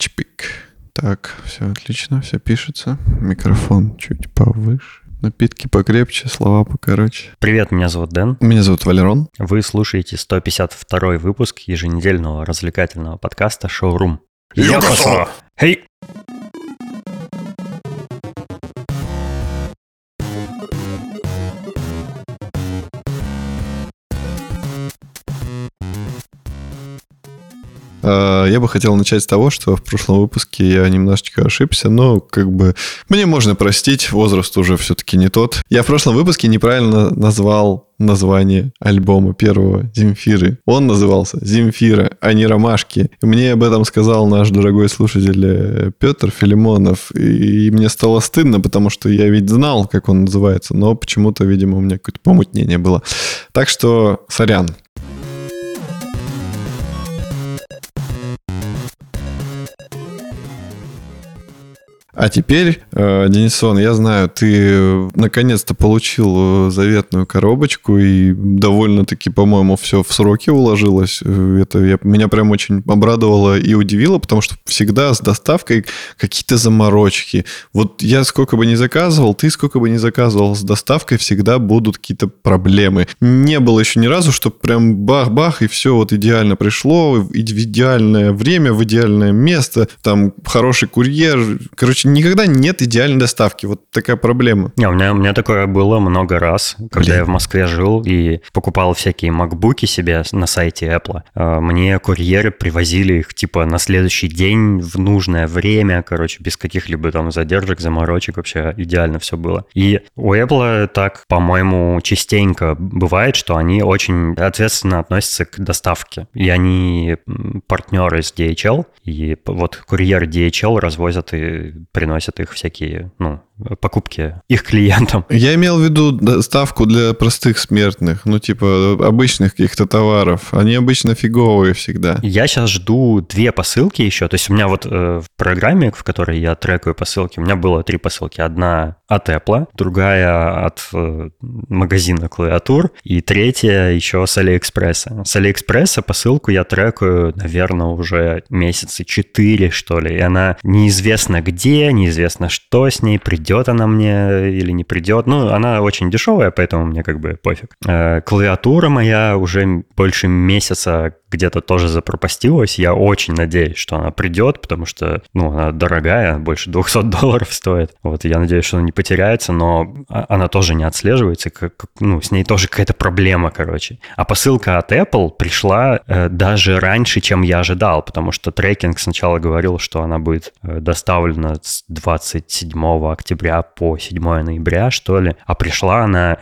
Чпик. Так, все отлично, все пишется. Микрофон чуть повыше. Напитки покрепче, слова покороче. Привет, меня зовут Дэн. Меня зовут Валерон. Вы слушаете 152-й выпуск еженедельного развлекательного подкаста «Шоурум». Йокосо! Хей! Я бы хотел начать с того, что в прошлом выпуске я немножечко ошибся, но мне можно простить, возраст уже все-таки не тот. Я в прошлом выпуске неправильно назвал название альбома первого Земфиры. Он назывался «Земфира», а не «Ромашки». Мне об этом сказал наш дорогой слушатель Петр Филимонов, и мне стало стыдно, потому что я ведь знал, как он называется, но почему-то, видимо, у меня какое-то помутнение было. Так что, сорян. А теперь, Денисон, я знаю, ты наконец-то получил заветную коробочку и довольно-таки, по-моему, все в сроки уложилось. Меня прям очень обрадовало и удивило, потому что всегда с доставкой какие-то заморочки. Вот я сколько бы ни заказывал, ты сколько бы ни заказывал, с доставкой всегда будут какие-то проблемы. Не было еще ни разу, что прям бах-бах, и все вот идеально пришло, в идеальное время, в идеальное место, там хороший курьер. Короче, никогда нет идеальной доставки. Вот такая проблема. У меня такое было много раз, когда я в Москве жил и покупал всякие макбуки себе на сайте Apple. Мне курьеры привозили их типа на следующий день в нужное время, короче, без каких-либо там задержек, заморочек. Вообще идеально все было. И у Apple так, по-моему, частенько бывает, что они очень ответственно относятся к доставке. И они партнеры с DHL, и вот курьеры DHL развозят и приносят их всякие, покупки их клиентам. Я имел в виду доставку для простых смертных, типа обычных каких-то товаров. Они обычно фиговые всегда. Я сейчас жду 2 посылки еще. То есть у меня вот в программе, в которой я трекаю посылки, у меня было 3 посылки. Одна от Apple, другая от магазина клавиатур, и третья еще с Алиэкспресса. С Алиэкспресса посылку я трекаю, наверное, уже месяца 4, что ли. И она неизвестно где, неизвестно что с ней, придет она мне или не придет. Она очень дешевая, поэтому мне пофиг. Клавиатура моя уже больше месяца где-то тоже запропастилась. Я очень надеюсь, что она придет, потому что, она дорогая, больше $200 стоит. Вот, я надеюсь, что она не потеряется, но она тоже не отслеживается. С ней тоже какая-то проблема, короче. А посылка от Apple пришла даже раньше, чем я ожидал, потому что трекинг сначала говорил, что она будет доставлена с 27 октября по 7 ноября, что ли. А пришла она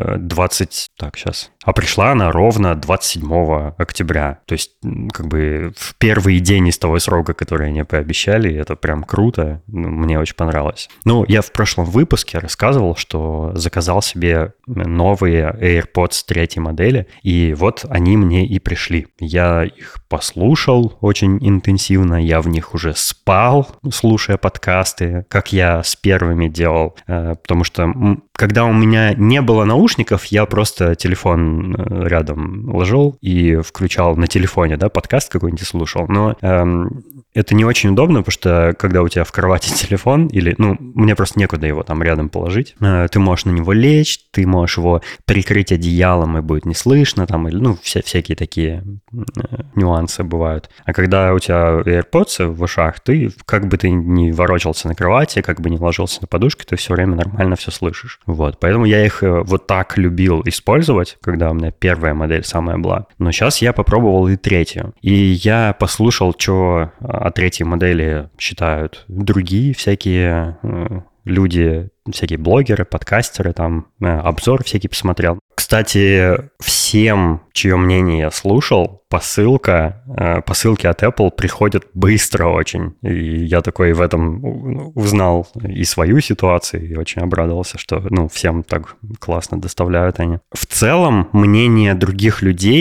пришла она ровно 27 октября. То есть, в первый день из того срока, который они пообещали. Это прям круто. Мне очень понравилось. Я в прошлом выпуске рассказывал, что заказал себе новые AirPods 3 модели. И вот они мне и пришли. Я их послушал очень интенсивно. Я в них уже спал, слушая подкасты, как я с первыми делал. Потому что, когда у меня не было наушников, я просто телефон рядом ложил и включал на телефоне, подкаст какой-нибудь слушал. Но это не очень удобно, потому что когда у тебя в кровати телефон, или, мне просто некуда его там рядом положить, ты можешь на него лечь, ты можешь его прикрыть одеялом, и будет не слышно, или, всякие такие нюансы бывают. А когда у тебя AirPods в ушах, ты, как бы ты ни ворочался на кровати, как бы ни ложился на подушке, ты все время нормально все слышишь. Вот, поэтому я их вот так любил использовать, когда у меня первая модель самая была. Но сейчас я попробовал и 3. И я послушал, что о 3 модели считают другие всякие люди, всякие блогеры, подкастеры, обзор всякий посмотрел. Кстати, всем, чье мнение я слушал, посылки от Apple приходят быстро очень. И я такой в этом узнал и свою ситуацию, и очень обрадовался, что, всем так классно доставляют они. В целом, мнение других людей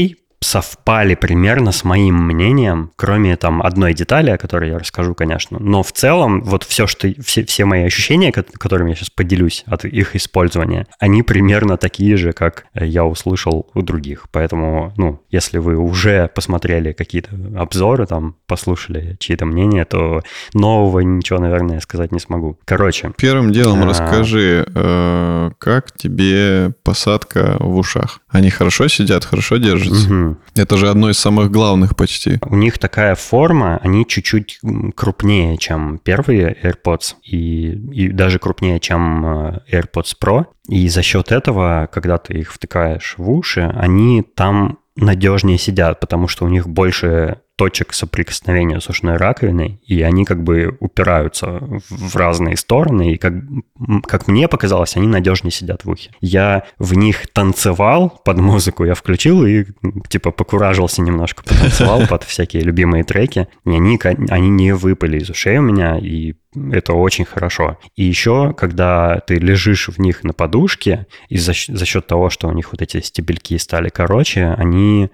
совпали примерно с моим мнением, кроме там одной детали, о которой я расскажу, конечно. Но в целом вот все мои ощущения, которыми я сейчас поделюсь от их использования, они примерно такие же, как я услышал у других. Поэтому, если вы уже посмотрели какие-то обзоры, там, послушали чьи-то мнения, то нового ничего, наверное, сказать не смогу. Короче. Первым делом расскажи, как тебе посадка в ушах? Они хорошо сидят, хорошо держатся? Угу. Это же одно из самых главных почти. У них такая форма, они чуть-чуть крупнее, чем первые AirPods, и даже крупнее, чем AirPods Pro. И за счет этого, когда ты их втыкаешь в уши, они там надежнее сидят, потому что у них больше точек соприкосновения с ушной раковиной, и они как бы упираются в разные стороны, и как мне показалось, они надежнее сидят в ухе. Я в них танцевал под музыку, я включил и типа покуражился немножко, потанцевал под всякие любимые треки, и они не выпали из ушей у меня, и это очень хорошо. И еще, когда ты лежишь в них на подушке, и за счет того, что у них вот эти стебельки стали короче, они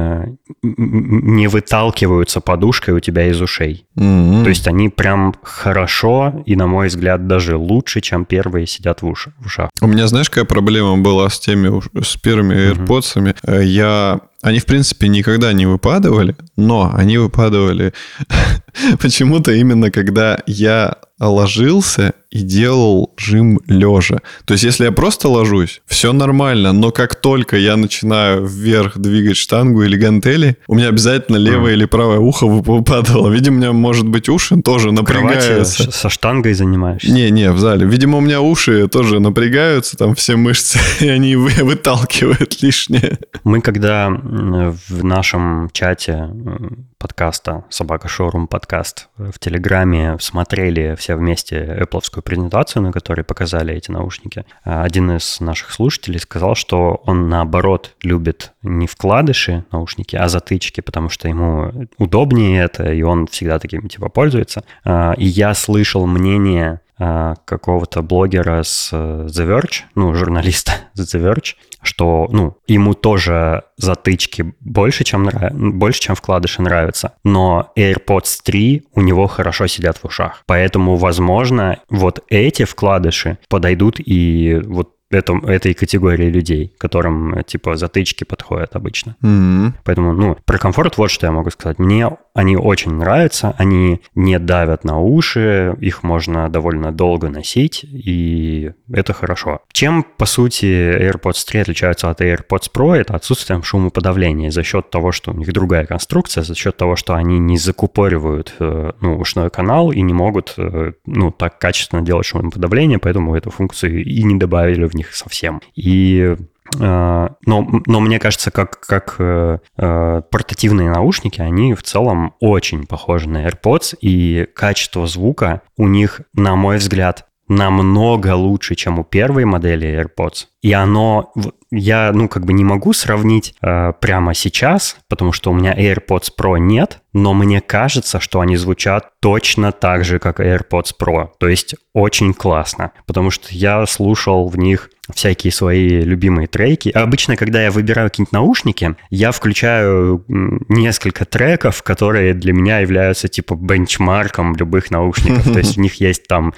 не выталкиваются подушкой у тебя из ушей. Mm-hmm. То есть они прям хорошо и, на мой взгляд, даже лучше, чем первые сидят в ушах. У меня, знаешь, какая проблема была с первыми AirPods'ами? Mm-hmm. Они, в принципе, никогда не выпадывали, но они выпадывали почему-то именно когда я ложился и делал жим лежа. То есть, если я просто ложусь, все нормально, но как только я начинаю вверх двигать штангу или гантели, у меня обязательно левое или правое ухо выпадало. Видимо, у меня, может быть, уши тоже напрягаются. В кровати со штангой занимаешься? Не, в зале. Видимо, у меня уши тоже напрягаются, там все мышцы, и они выталкивают лишнее. Мы когда в нашем чате подкаста «Собака Шоурум подкаст» в Телеграме смотрели все вместе Apple'овскую презентацию, на которой показали эти наушники, один из наших слушателей сказал, что он, наоборот, любит не вкладыши наушники, а затычки, потому что ему удобнее это, и он всегда таким типа пользуется. И я слышал мнение какого-то блогера с The Verge, журналиста с The Verge, что, ему тоже затычки больше, чем вкладыши нравятся, но AirPods 3 у него хорошо сидят в ушах. Поэтому, возможно, вот эти вкладыши подойдут и вот этой категории людей, которым, типа, затычки подходят обычно. Mm-hmm. Поэтому, про комфорт вот что я могу сказать. Мне они очень нравятся, они не давят на уши, их можно довольно долго носить, и это хорошо. Чем, по сути, AirPods 3 отличаются от AirPods Pro, это отсутствием шумоподавления за счет того, что у них другая конструкция, за счет того, что они не закупоривают ушной канал и не могут так качественно делать шумоподавление, поэтому эту функцию и не добавили в них совсем. Но мне кажется, как портативные наушники, они в целом очень похожи на AirPods, и качество звука у них, на мой взгляд, намного лучше, чем у первой модели AirPods. И я не могу сравнить прямо сейчас, потому что у меня AirPods Pro нет, но мне кажется, что они звучат точно так же, как AirPods Pro. То есть очень классно, потому что я слушал в них всякие свои любимые треки. Обычно, когда я выбираю какие-нибудь наушники, я включаю несколько треков, которые для меня являются типа бенчмарком любых наушников. То есть у них есть там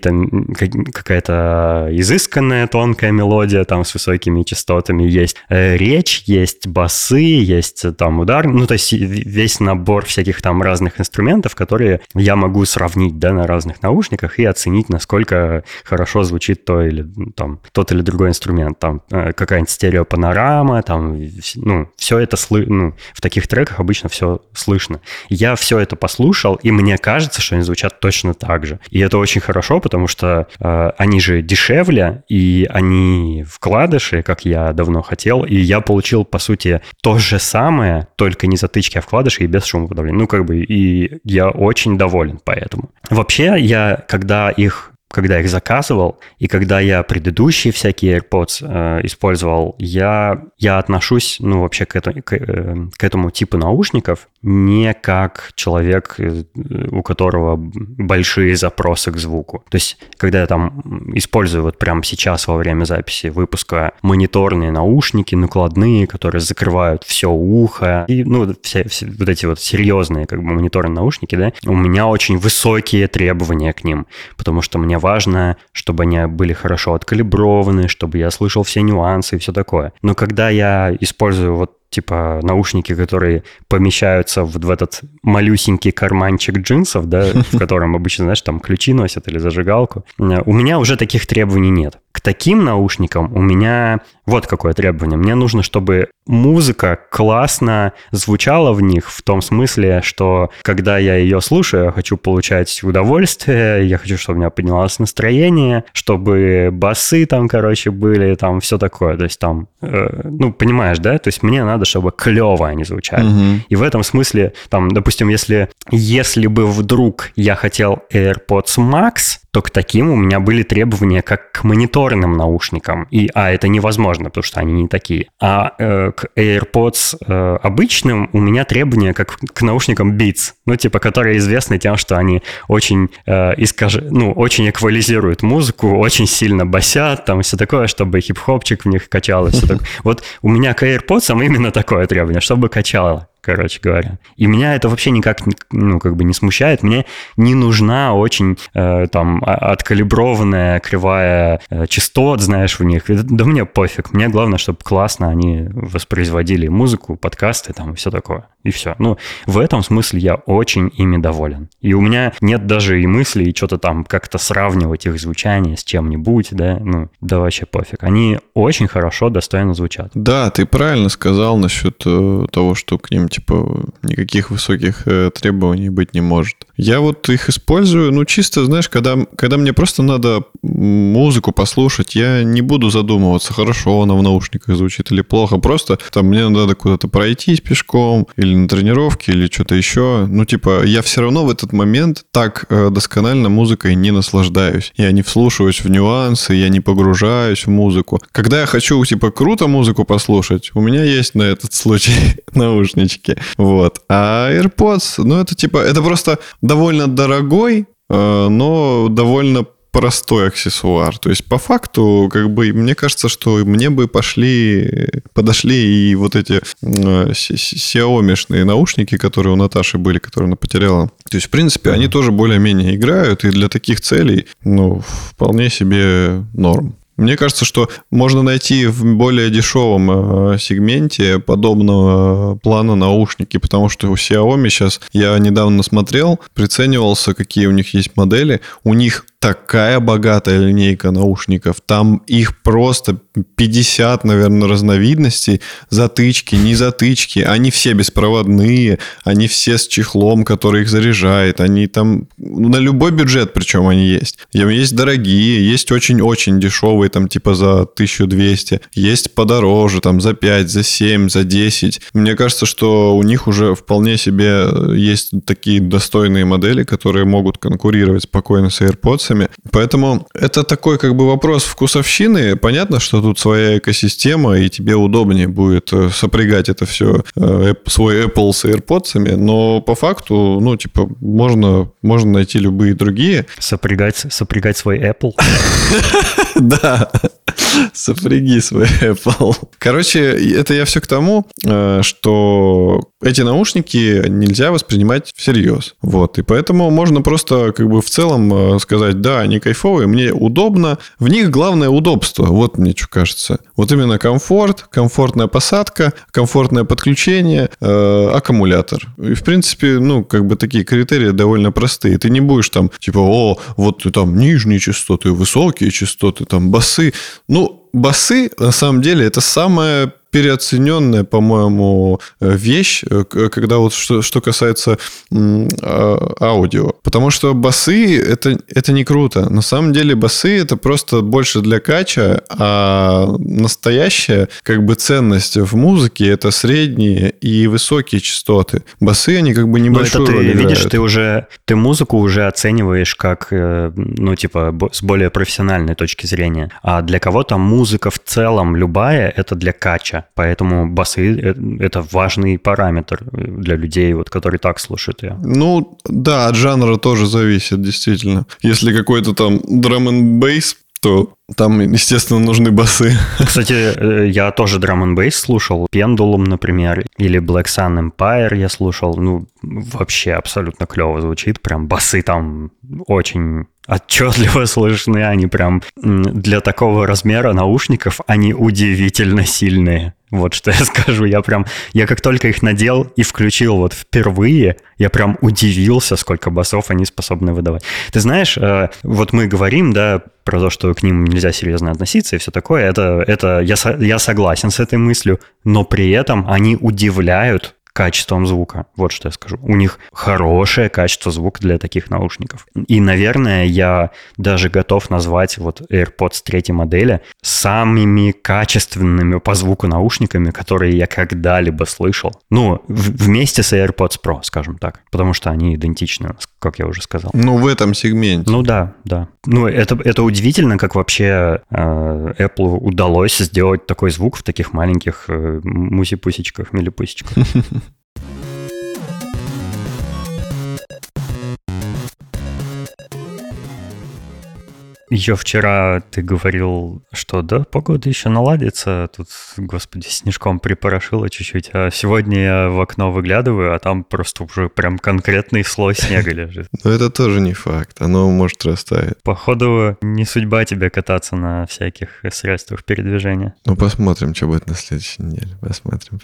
какая-то изысканная тонкая мелодия там с высокими частотами, есть речь, есть басы, есть там удар. То есть весь набор всяких там разных инструментов, которые я могу сравнить, на разных наушниках и оценить, насколько хорошо звучит тот или другой инструмент. Там какая-нибудь стереопанорама, там, все это в таких треках обычно все слышно. Я все это послушал, и мне кажется, что они звучат точно так же. И это очень хорошо, потому что они же дешевле, и они вкладыши, как я давно хотел, и я получил, по сути, то же самое, только не затычки, а вкладыши и без шумоподавления. И я очень доволен поэтому. Вообще, когда их когда их заказывал, и когда я предыдущие всякие AirPods использовал, я отношусь, ну, вообще к этому типу наушников не как человек, у которого большие запросы к звуку. То есть, когда я там использую вот прямо сейчас во время записи выпуска мониторные наушники, накладные, которые закрывают все ухо, и, ну, все вот эти вот серьезные как бы мониторные наушники, да, у меня очень высокие требования к ним, потому что мне важно, чтобы они были хорошо откалиброваны, чтобы я слышал все нюансы и все такое. Но когда я использую вот типа наушники, которые помещаются в этот малюсенький карманчик джинсов, да, в котором обычно, знаешь, там ключи носят или зажигалку, у меня уже таких требований нет. К таким наушникам у меня вот какое требование. Мне нужно, чтобы музыка классно звучала в них, в том смысле, что когда я ее слушаю, я хочу получать удовольствие, я хочу, чтобы у меня поднялось настроение, чтобы басы там, короче, были, там все такое. То есть там, ну, понимаешь, да? То есть мне надо, чтобы клево они звучали. Mm-hmm. И в этом смысле, там, допустим, если бы вдруг я хотел AirPods Max, то к таким у меня были требования как к мониторным наушникам. Это невозможно, потому что они не такие. А к AirPods обычным у меня требования как к наушникам Beats, ну, типа, которые известны тем, что они очень, очень эквализируют музыку, очень сильно басят, там, все такое, чтобы хип-хопчик в них качал и все такое. Вот у меня к AirPods именно такое требование, чтобы качало. Короче говоря. И меня это вообще никак, ну, как бы не смущает. Мне не нужна очень там откалиброванная кривая частот, знаешь, в них. Да мне пофиг. Мне главное, чтобы классно они воспроизводили музыку, подкасты там и все такое. И все. Ну, в этом смысле я очень ими доволен. И у меня нет даже и мысли и что-то там как-то сравнивать их звучание с чем-нибудь, да. Ну, да вообще пофиг. Они очень хорошо, достойно звучат. Да, ты правильно сказал насчет того, что к ним типа никаких высоких требований быть не может. Я вот их использую, ну, чисто, знаешь, когда мне просто надо музыку послушать, я не буду задумываться, хорошо она в наушниках звучит или плохо. Просто там мне надо куда-то пройтись пешком или на тренировке, или что-то еще. Ну, типа, я все равно в этот момент так досконально музыкой не наслаждаюсь. Я не вслушиваюсь в нюансы, я не погружаюсь в музыку. Когда я хочу, типа, круто музыку послушать, у меня есть на этот случай наушнички. Вот. А AirPods, ну, это типа, это просто довольно дорогой, но довольно простой аксессуар. То есть, по факту, как бы, мне кажется, что мне бы подошли и вот эти Xiaomi-шные наушники, которые у Наташи были, которые она потеряла. То есть, в принципе, они тоже более-менее играют, и для таких целей, ну, вполне себе норм. Мне кажется, что можно найти в более дешевом сегменте подобного плана наушники, потому что у Xiaomi сейчас, я недавно смотрел, приценивался, какие у них есть модели, у них такая богатая линейка наушников. Там их просто 50, наверное, разновидностей. Затычки, не затычки. Они все беспроводные. Они все с чехлом, который их заряжает. Они там на любой бюджет, причем они есть. Есть дорогие, есть очень-очень дешевые, там типа за 1200. Есть подороже, там за 5, за 7, за 10. Мне кажется, что у них уже вполне себе есть такие достойные модели, которые могут конкурировать спокойно с AirPods. Поэтому это такой как бы вопрос вкусовщины. Понятно, что тут своя экосистема, и тебе удобнее будет сопрягать это все, свой Apple с AirPods, но по факту, ну, типа, можно найти любые другие. Сопрягать свой Apple? Да. Сопряги свой Apple. Короче, это я все к тому, что эти наушники нельзя воспринимать всерьез. Вот. И поэтому можно просто как бы в целом сказать, да, они кайфовые, мне удобно. В них главное удобство. Вот мне что кажется. Вот именно комфорт, комфортная посадка, комфортное подключение, аккумулятор. И, в принципе, ну, как бы такие критерии довольно простые. Ты не будешь там, типа, вот там нижние частоты, высокие частоты, там басы. Ну, басы, на самом деле, это самое переоцененная, по-моему, вещь, когда вот что касается аудио. Потому что басы это не круто. На самом деле басы это просто больше для кача, а настоящая как бы ценность в музыке это средние и высокие частоты. Басы, они как бы небольшую роль играют. Видишь, ты музыку уже оцениваешь как, ну, типа, с более профессиональной точки зрения. А для кого-то музыка в целом любая это для кача. Поэтому басы это важный параметр для людей, вот, которые так слушают ее. Ну, да, от жанра тоже зависит, действительно. Если какой-то там драм-н-бейс, то там, естественно, нужны басы. Кстати, я тоже драм-н-бейс слушал. Pendulum, например, или Black Sun Empire я слушал. Ну, вообще абсолютно клево звучит. Прям басы там очень отчетливо слышны. Они прям для такого размера наушников, они удивительно сильные. Вот что я скажу. Я как только их надел и включил вот впервые, я прям удивился, сколько басов они способны выдавать. Ты знаешь, вот мы говорим, да, про то, что к ним нельзя серьезно относиться и все такое. Я согласен с этой мыслью, но при этом они удивляют качеством звука. Вот что я скажу. У них хорошее качество звука для таких наушников. И, наверное, я даже готов назвать вот AirPods 3 модели самыми качественными по звуку наушниками, которые я когда-либо слышал. Ну, вместе с AirPods Pro, скажем так. Потому что они идентичны, как я уже сказал. Ну, в этом сегменте. Ну, да. Ну, это удивительно, как вообще Apple удалось сделать такой звук в таких маленьких муси-пусечках, милипусечках. Еще вчера ты говорил, что да, погода еще наладится. Тут, господи, снежком припорошило чуть-чуть. А сегодня я в окно выглядываю, а там просто уже прям конкретный слой снега лежит. Но это тоже не факт. Оно может растаять. Походу, не судьба тебе кататься на всяких средствах передвижения. Ну, посмотрим, что будет на следующей неделе. Посмотрим.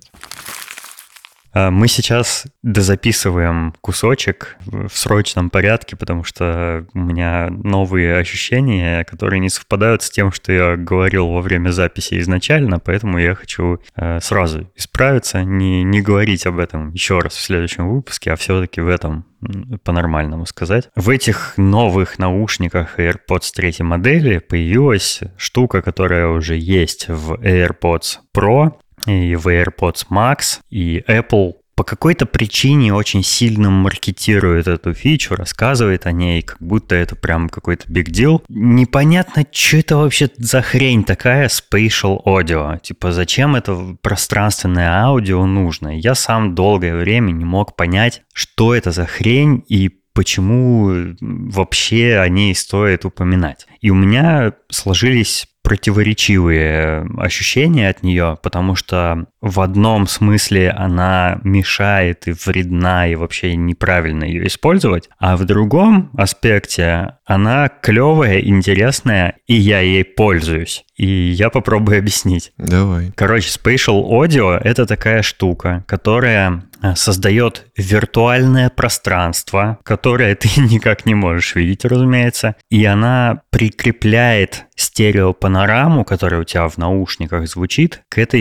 Мы сейчас дозаписываем кусочек в срочном порядке, потому что у меня новые ощущения, которые не совпадают с тем, что я говорил во время записи изначально, поэтому я хочу сразу исправиться, не говорить об этом еще раз в следующем выпуске, а все-таки в этом по-нормальному сказать. В этих новых наушниках AirPods 3 модели появилась штука, которая уже есть в AirPods Pro, и в AirPods Max, и Apple по какой-то причине очень сильно маркетирует эту фичу, рассказывает о ней, как будто это прям какой-то big deal. Непонятно, что это вообще за хрень такая Spatial Audio. Типа, зачем это пространственное аудио нужно? Я сам долгое время не мог понять, что это за хрень и почему вообще о ней стоит упоминать. И у меня сложились противоречивые ощущения от нее, потому что в одном смысле она мешает и вредна, и вообще неправильно ее использовать, а в другом аспекте она клевая, интересная, и я ей пользуюсь. И я попробую объяснить. Давай. Короче, Spatial Audio — это такая штука, которая создает виртуальное пространство, которое ты никак не можешь видеть, разумеется, и она прикрепляет стереопанораму, которая у тебя в наушниках звучит, к этому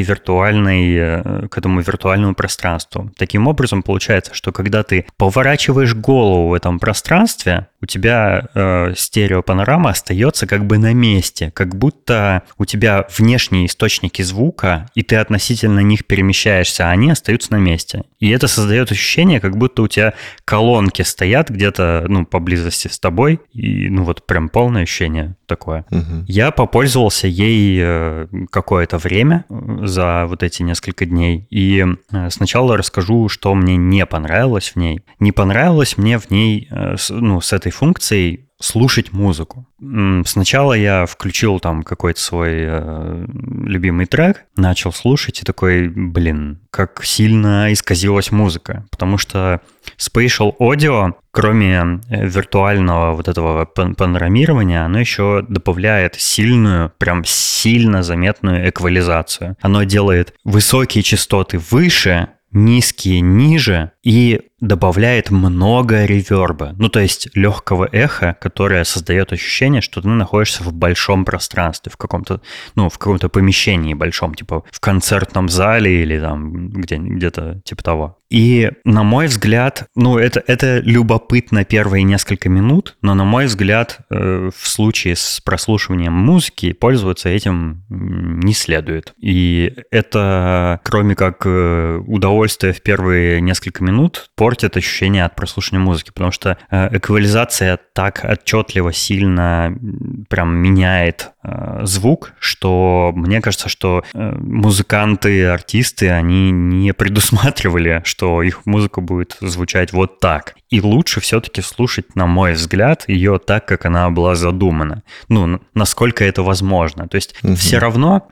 виртуальному пространству. Таким образом, получается, что когда ты поворачиваешь голову в этом пространстве, у тебя стереопанорама остается как бы на месте, как будто у тебя внешние источники звука, и ты относительно них перемещаешься, а они остаются на месте. И это создает ощущение, как будто у тебя колонки стоят где-то, поблизости с тобой, и, вот прям полное ощущение такое. Угу. Я попользовался ей какое-то время за вот эти несколько дней, и сначала расскажу, что мне не понравилось в ней. Не понравилось мне в ней, с этой функцией слушать музыку. Сначала я включил там какой-то свой любимый трек, начал слушать и такой, как сильно исказилась музыка. Потому что Spatial Audio, кроме виртуального вот этого панорамирования, оно еще добавляет прям сильно заметную эквализацию. Оно делает высокие частоты выше, низкие ниже и добавляет много реверба. Ну, то есть легкого эха, которое создает ощущение, что ты находишься в большом пространстве, в каком-то помещении большом, типа в концертном зале или там где-то типа того. И, на мой взгляд, это любопытно первые несколько минут, но, на мой взгляд, в случае с прослушиванием музыки пользоваться этим не следует. И это, кроме как удовольствие в первые несколько минут, портит ощущение от прослушивания музыки, потому что эквализация так отчетливо, сильно прям меняет звук, что мне кажется, что музыканты, артисты, они не предусматривали, что их музыка будет звучать вот так. И лучше все-таки слушать, на мой взгляд, ее так, как она была задумана. Насколько это возможно. То есть все равно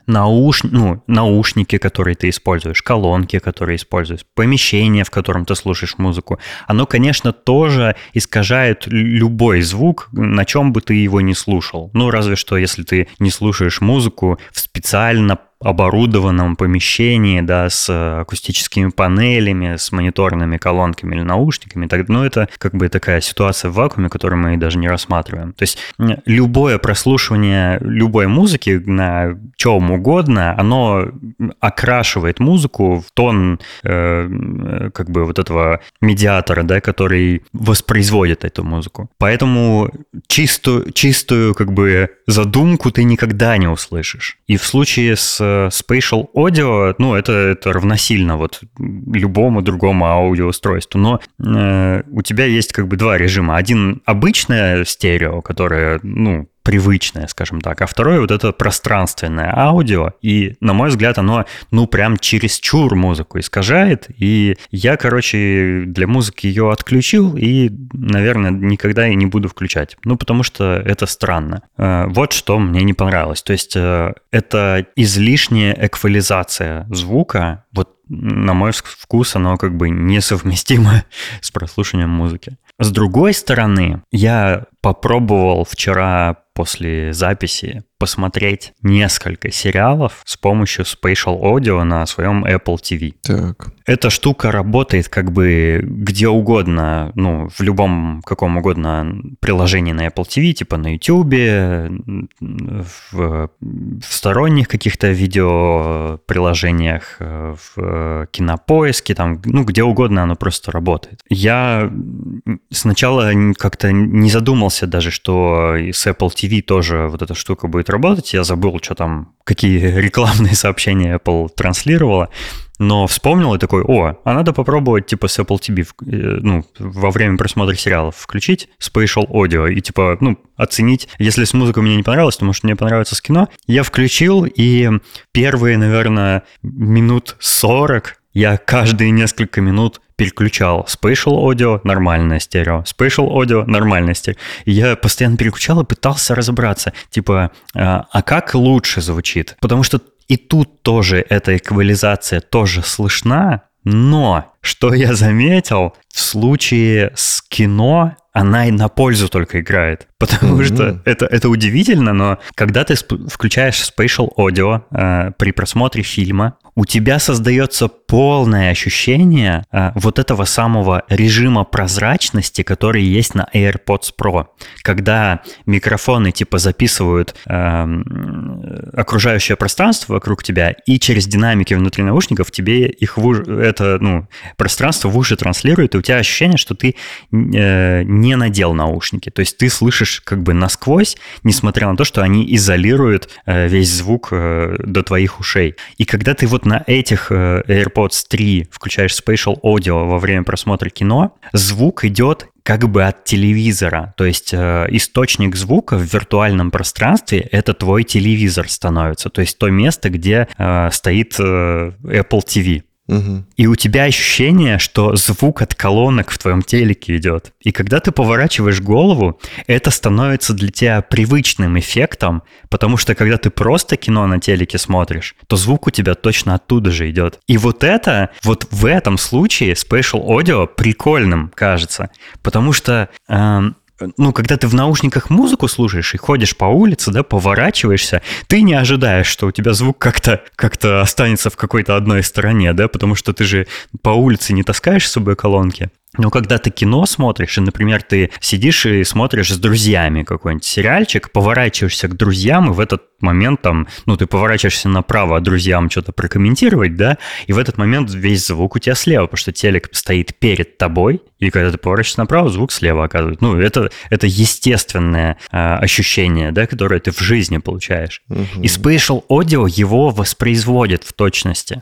наушники, которые ты используешь, колонки, которые используешь, помещение, в котором ты слушаешь музыку, оно, конечно, тоже искажает любой звук, на чем бы ты его ни слушал. Разве что, если ты не слушаешь музыку в специально оборудованном помещении, да, с акустическими панелями, с мониторными колонками или наушниками. Это как бы такая ситуация в вакууме, которую мы даже не рассматриваем. То есть любое прослушивание любой музыки на чем угодно, оно окрашивает музыку в тон как бы вот этого медиатора, да, который воспроизводит эту музыку. Поэтому чистую как бы задумку ты никогда не услышишь. И в случае с Spatial Audio, это равносильно любому другому аудиоустройству. Но у тебя есть как бы два режима. Один обычное стерео, которое, привычное, скажем так, а второе это пространственное аудио, и, на мой взгляд, оно, прям чересчур музыку искажает, и я, для музыки ее отключил и, наверное, никогда и не буду включать, потому что это странно. Вот что мне не понравилось, то есть это излишняя эквализация звука, на мой вкус, оно как бы несовместимо с прослушиванием музыки. С другой стороны, я попробовал вчера после записи посмотреть несколько сериалов с помощью Spatial Audio на своем Apple TV. Так. Эта штука работает как бы где угодно, в любом каком угодно приложении на Apple TV, типа на YouTube, в сторонних каких-то видеоприложениях, в Кинопоиске, там, где угодно оно просто работает. Я сначала как-то не задумался даже, что и с Apple TV тоже вот эта штука будет работать. Я забыл, что там, какие рекламные сообщения Apple транслировала. Но вспомнил и такой, а надо попробовать, типа, с Apple TV, во время просмотра сериалов включить Spatial Audio и, типа, оценить. Если с музыкой мне не понравилось, то, может, мне понравится с кино. Я включил, и первые, наверное, минут 40 я каждые несколько минут переключал Spatial Audio, нормальное стерео, Spatial Audio, нормальное стерео. И я постоянно переключал и пытался разобраться, типа, а как лучше звучит? Потому что и тут тоже эта эквализация тоже слышна, но, что я заметил, в случае с кино она и на пользу только играет. Потому что это удивительно, но когда ты включаешь Spatial Audio при просмотре фильма, у тебя создается полное ощущение вот этого самого режима прозрачности, который есть на AirPods Pro. Когда микрофоны типа записывают окружающее пространство вокруг тебя, и через динамики внутри наушников тебе их пространство в уши транслирует, и у тебя ощущение, что ты не надел наушники. То есть ты слышишь как бы насквозь, несмотря на то, что они изолируют весь звук до твоих ушей. И когда ты на этих AirPods 3 включаешь Spatial Audio во время просмотра кино, звук идет как бы от телевизора. То есть источник звука в виртуальном пространстве — это твой телевизор становится. То есть то место, где стоит Apple TV. Угу. И у тебя ощущение, что звук от колонок в твоем телеке идет. И когда ты поворачиваешь голову, это становится для тебя привычным эффектом, потому что когда ты просто кино на телеке смотришь, то звук у тебя точно оттуда же идет. И в этом случае Spatial Audio прикольным кажется, потому что когда ты в наушниках музыку слушаешь и ходишь по улице, да, поворачиваешься, ты не ожидаешь, что у тебя звук как-то останется в какой-то одной стороне, да, потому что ты же по улице не таскаешь с собой колонки. Но когда ты кино смотришь, и, например, ты сидишь и смотришь с друзьями какой-нибудь сериальчик, поворачиваешься к друзьям, и в этот момент там, ты поворачиваешься направо, а друзьям что-то прокомментировать, да, и в этот момент весь звук у тебя слева, потому что телек стоит перед тобой, и когда ты поворачиваешься направо, звук слева оказывается. Это естественное ощущение, да, которое ты в жизни получаешь. И Spatial Audio его воспроизводит в точности.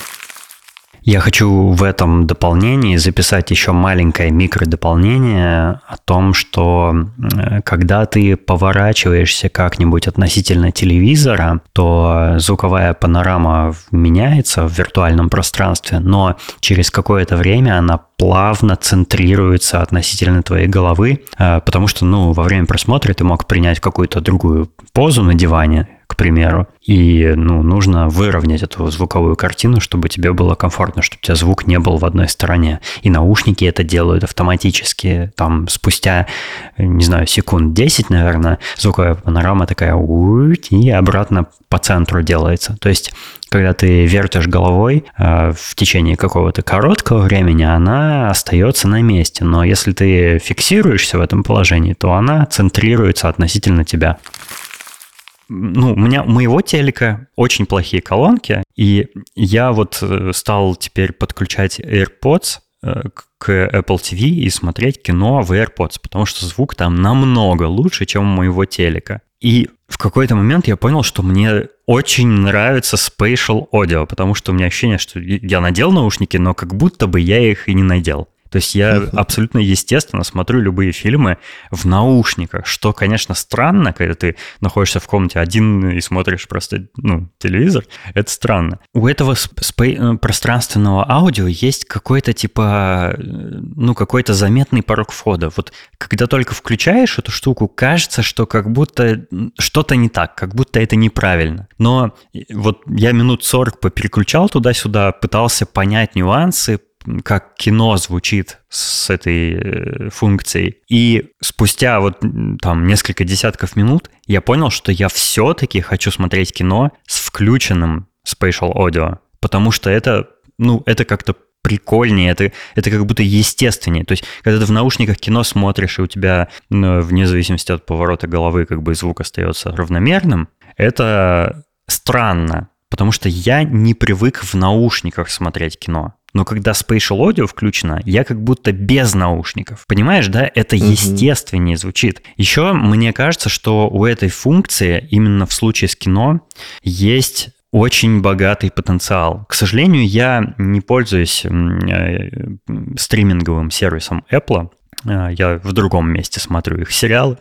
Я хочу в этом дополнении записать еще маленькое микродополнение о том, что когда ты поворачиваешься как-нибудь относительно телевизора, то звуковая панорама меняется в виртуальном пространстве, но через какое-то время она плавно центрируется относительно твоей головы, потому что, во время просмотра ты мог принять какую-то другую позу на диване, к примеру, и нужно выровнять эту звуковую картину, чтобы тебе было комфортно, чтобы у тебя звук не был в одной стороне. И наушники это делают автоматически. Там спустя, не знаю, секунд 10, наверное, звуковая панорама такая и обратно по центру делается. То есть, когда ты вертишь головой в течение какого-то короткого времени, она остается на месте. Но если ты фиксируешься в этом положении, то она центрируется относительно тебя. У моего телека очень плохие колонки, и я стал теперь подключать AirPods к Apple TV и смотреть кино в AirPods, потому что звук там намного лучше, чем у моего телека. И в какой-то момент я понял, что мне очень нравится Spatial Audio, потому что у меня ощущение, что я надел наушники, но как будто бы я их и не надел. То есть я абсолютно естественно смотрю любые фильмы в наушниках, что, конечно, странно, когда ты находишься в комнате один и смотришь просто телевизор. Это странно. У этого пространственного аудио есть какой-то какой-то заметный порог входа. Вот когда только включаешь эту штуку, кажется, что как будто что-то не так, как будто это неправильно. Но я минут 40 попереключал туда-сюда, пытался понять нюансы, как кино звучит с этой функцией. И спустя несколько десятков минут я понял, что я все-таки хочу смотреть кино с включенным Spatial Audio, потому что это как-то прикольнее, это как будто естественнее. То есть, когда ты в наушниках кино смотришь, и у тебя, вне зависимости от поворота головы, звук остается равномерным, это странно, потому что я не привык в наушниках смотреть кино. Но когда Spatial Audio включено, я как будто без наушников. Понимаешь, да? Это естественнее звучит. Еще мне кажется, что у этой функции, именно в случае с кино, есть очень богатый потенциал. К сожалению, я не пользуюсь стриминговым сервисом Apple. Я в другом месте смотрю их сериалы,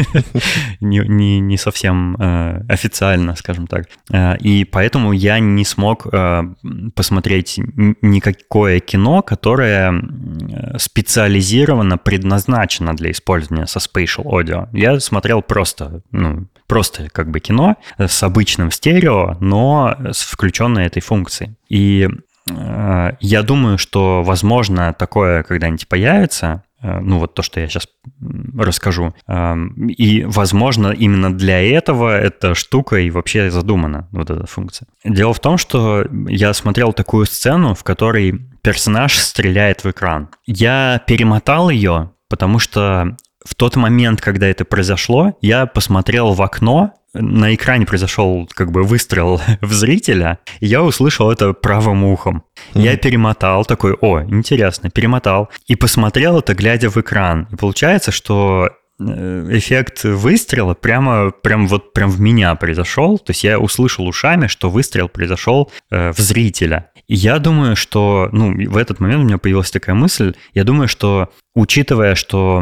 не совсем официально, скажем так. И поэтому я не смог посмотреть никакое кино, которое специализированно предназначено для использования со Spatial Audio. Я смотрел просто кино с обычным стерео, но с включенной этой функцией. И я думаю, что, возможно, такое когда-нибудь появится. То, что я сейчас расскажу. И, возможно, именно для этого эта штука и вообще задумана, эта функция. Дело в том, что я смотрел такую сцену, в которой персонаж стреляет в экран. Я перемотал ее, потому что в тот момент, когда это произошло, я посмотрел в окно, на экране произошел выстрел в зрителя, и я услышал это правым ухом. Я перемотал, такой, интересно, перемотал, и посмотрел это, глядя в экран. И получается, что эффект выстрела прям в меня произошел. То есть я услышал ушами, что выстрел произошел в зрителя. И я думаю, что в этот момент у меня появилась такая мысль. Я думаю, что, учитывая, что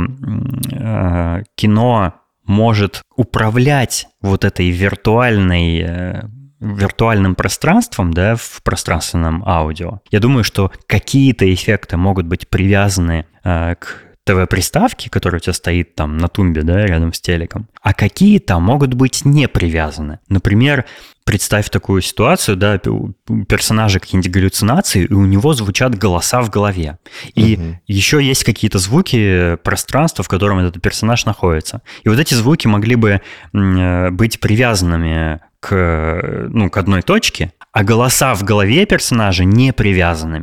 кино может управлять этой виртуальным пространством, да, в пространственном аудио. Я думаю, что какие-то эффекты могут быть привязаны к ТВ-приставке, которая у тебя стоит там на тумбе, да, рядом с телеком, а какие-то могут быть не привязаны. Например, представь такую ситуацию, да, у персонажа какие-нибудь галлюцинации, и у него звучат голоса в голове. И еще есть какие-то звуки пространства, в котором этот персонаж находится. И эти звуки могли бы быть привязанными к одной точке, а голоса в голове персонажа не привязанными.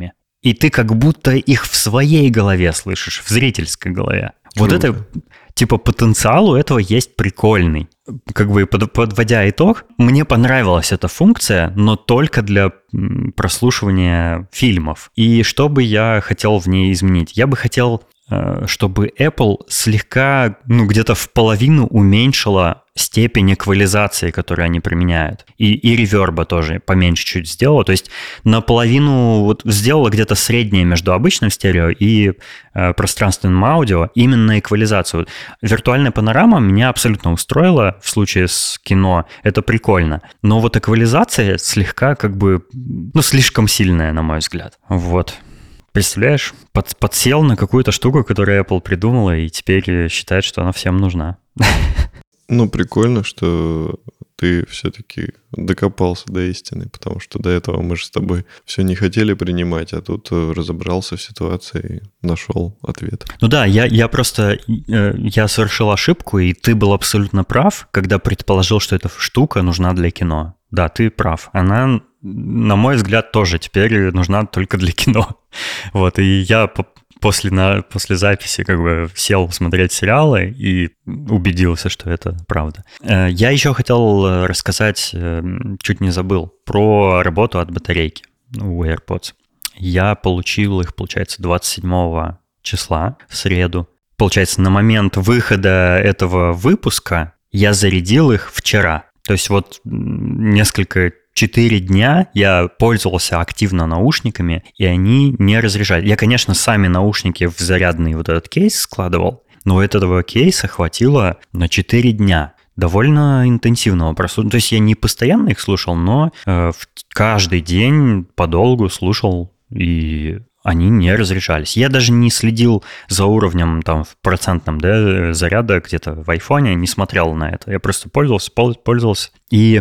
и ты как будто их в своей голове слышишь, в зрительской голове. Вот это, типа, потенциал у этого есть прикольный. Как бы подводя итог, мне понравилась эта функция, но только для прослушивания фильмов. И что бы я хотел в ней изменить? Я бы хотел, чтобы Apple слегка, где-то в половину уменьшила степень эквализации, которую они применяют. И реверба тоже поменьше чуть сделала. То есть наполовину вот сделала где-то среднее между обычным стерео и пространственным аудио именно эквализацию. Виртуальная панорама меня абсолютно устроила в случае с кино. Это прикольно. Но вот эквализация слегка как бы, слишком сильная, на мой взгляд. Вот. Представляешь, подсел на какую-то штуку, которую Apple придумала, и теперь считает, что она всем нужна. Прикольно, что ты все-таки докопался до истины, потому что до этого мы же с тобой все не хотели принимать, а тут разобрался в ситуации и нашел ответ. Я просто совершил ошибку, и ты был абсолютно прав, когда предположил, что эта штука нужна для кино. Да, ты прав. Она, на мой взгляд, тоже теперь нужна только для кино. Вот, и я после записи как бы сел смотреть сериалы и убедился, что это правда. Я еще хотел рассказать, чуть не забыл, про работу от батарейки у AirPods. Я получил их, получается, 27 числа, в среду. Получается, на момент выхода этого выпуска я зарядил их вчера. То есть вот 4 дня я пользовался активно наушниками, и они не разряжались. Я, конечно, сами наушники в зарядный вот этот кейс складывал, но этого кейса хватило на 4 дня. Довольно интенсивного прослушивания. То есть я не постоянно их слушал, но каждый день подолгу слушал, и они не разряжались. Я даже не следил за уровнем там в процентном заряда где-то в айфоне, не смотрел на это. Я просто пользовался. И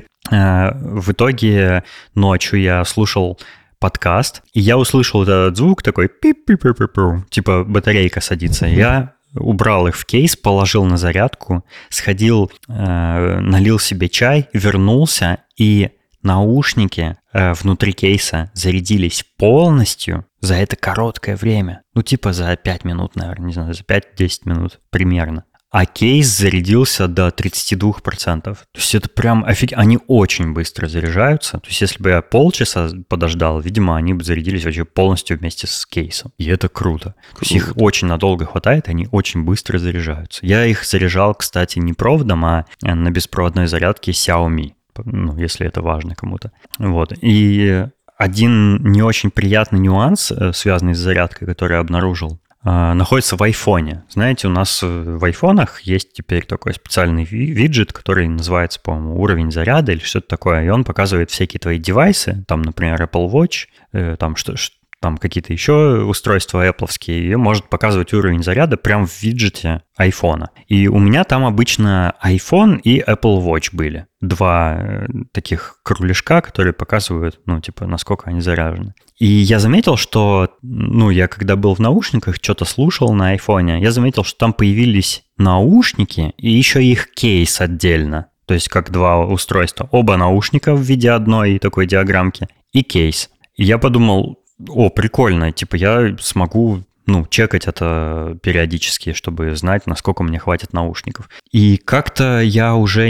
в итоге ночью я слушал подкаст, и я услышал этот звук такой пип-пип-пип-пип, типа батарейка садится. Я убрал их в кейс, положил на зарядку, сходил, налил себе чай, вернулся, и наушники внутри кейса зарядились полностью за это короткое время. За 5 минут, наверное, не знаю, за 5-10 минут примерно. А кейс зарядился до 32%. То есть это прям офигенно. Они очень быстро заряжаются. То есть если бы я полчаса подождал, видимо, они бы зарядились вообще полностью вместе с кейсом. И это круто. То есть их очень надолго хватает, они очень быстро заряжаются. Я их заряжал, кстати, не проводом, а на беспроводной зарядке Xiaomi. Если это важно кому-то. Вот. И один не очень приятный нюанс, связанный с зарядкой, который я обнаружил, находится в айфоне. Знаете, у нас в айфонах есть теперь такой специальный виджет, который называется, по-моему, уровень заряда или что-то такое, и он показывает всякие твои девайсы, там, например, Apple Watch, там какие-то еще устройства Apple'овские, и может показывать уровень заряда прямо в виджете айфона. И у меня там обычно iPhone и Apple Watch были. 2 таких кругляшка, которые показывают, насколько они заряжены. И я заметил, что, я когда был в наушниках, что-то слушал на айфоне, я заметил, что там появились наушники и еще их кейс отдельно. То есть как 2 устройства. Оба наушника в виде одной такой диаграммки и кейс. И я подумал, прикольно, я смогу, чекать это периодически, чтобы знать, насколько мне хватит наушников. И как-то я уже,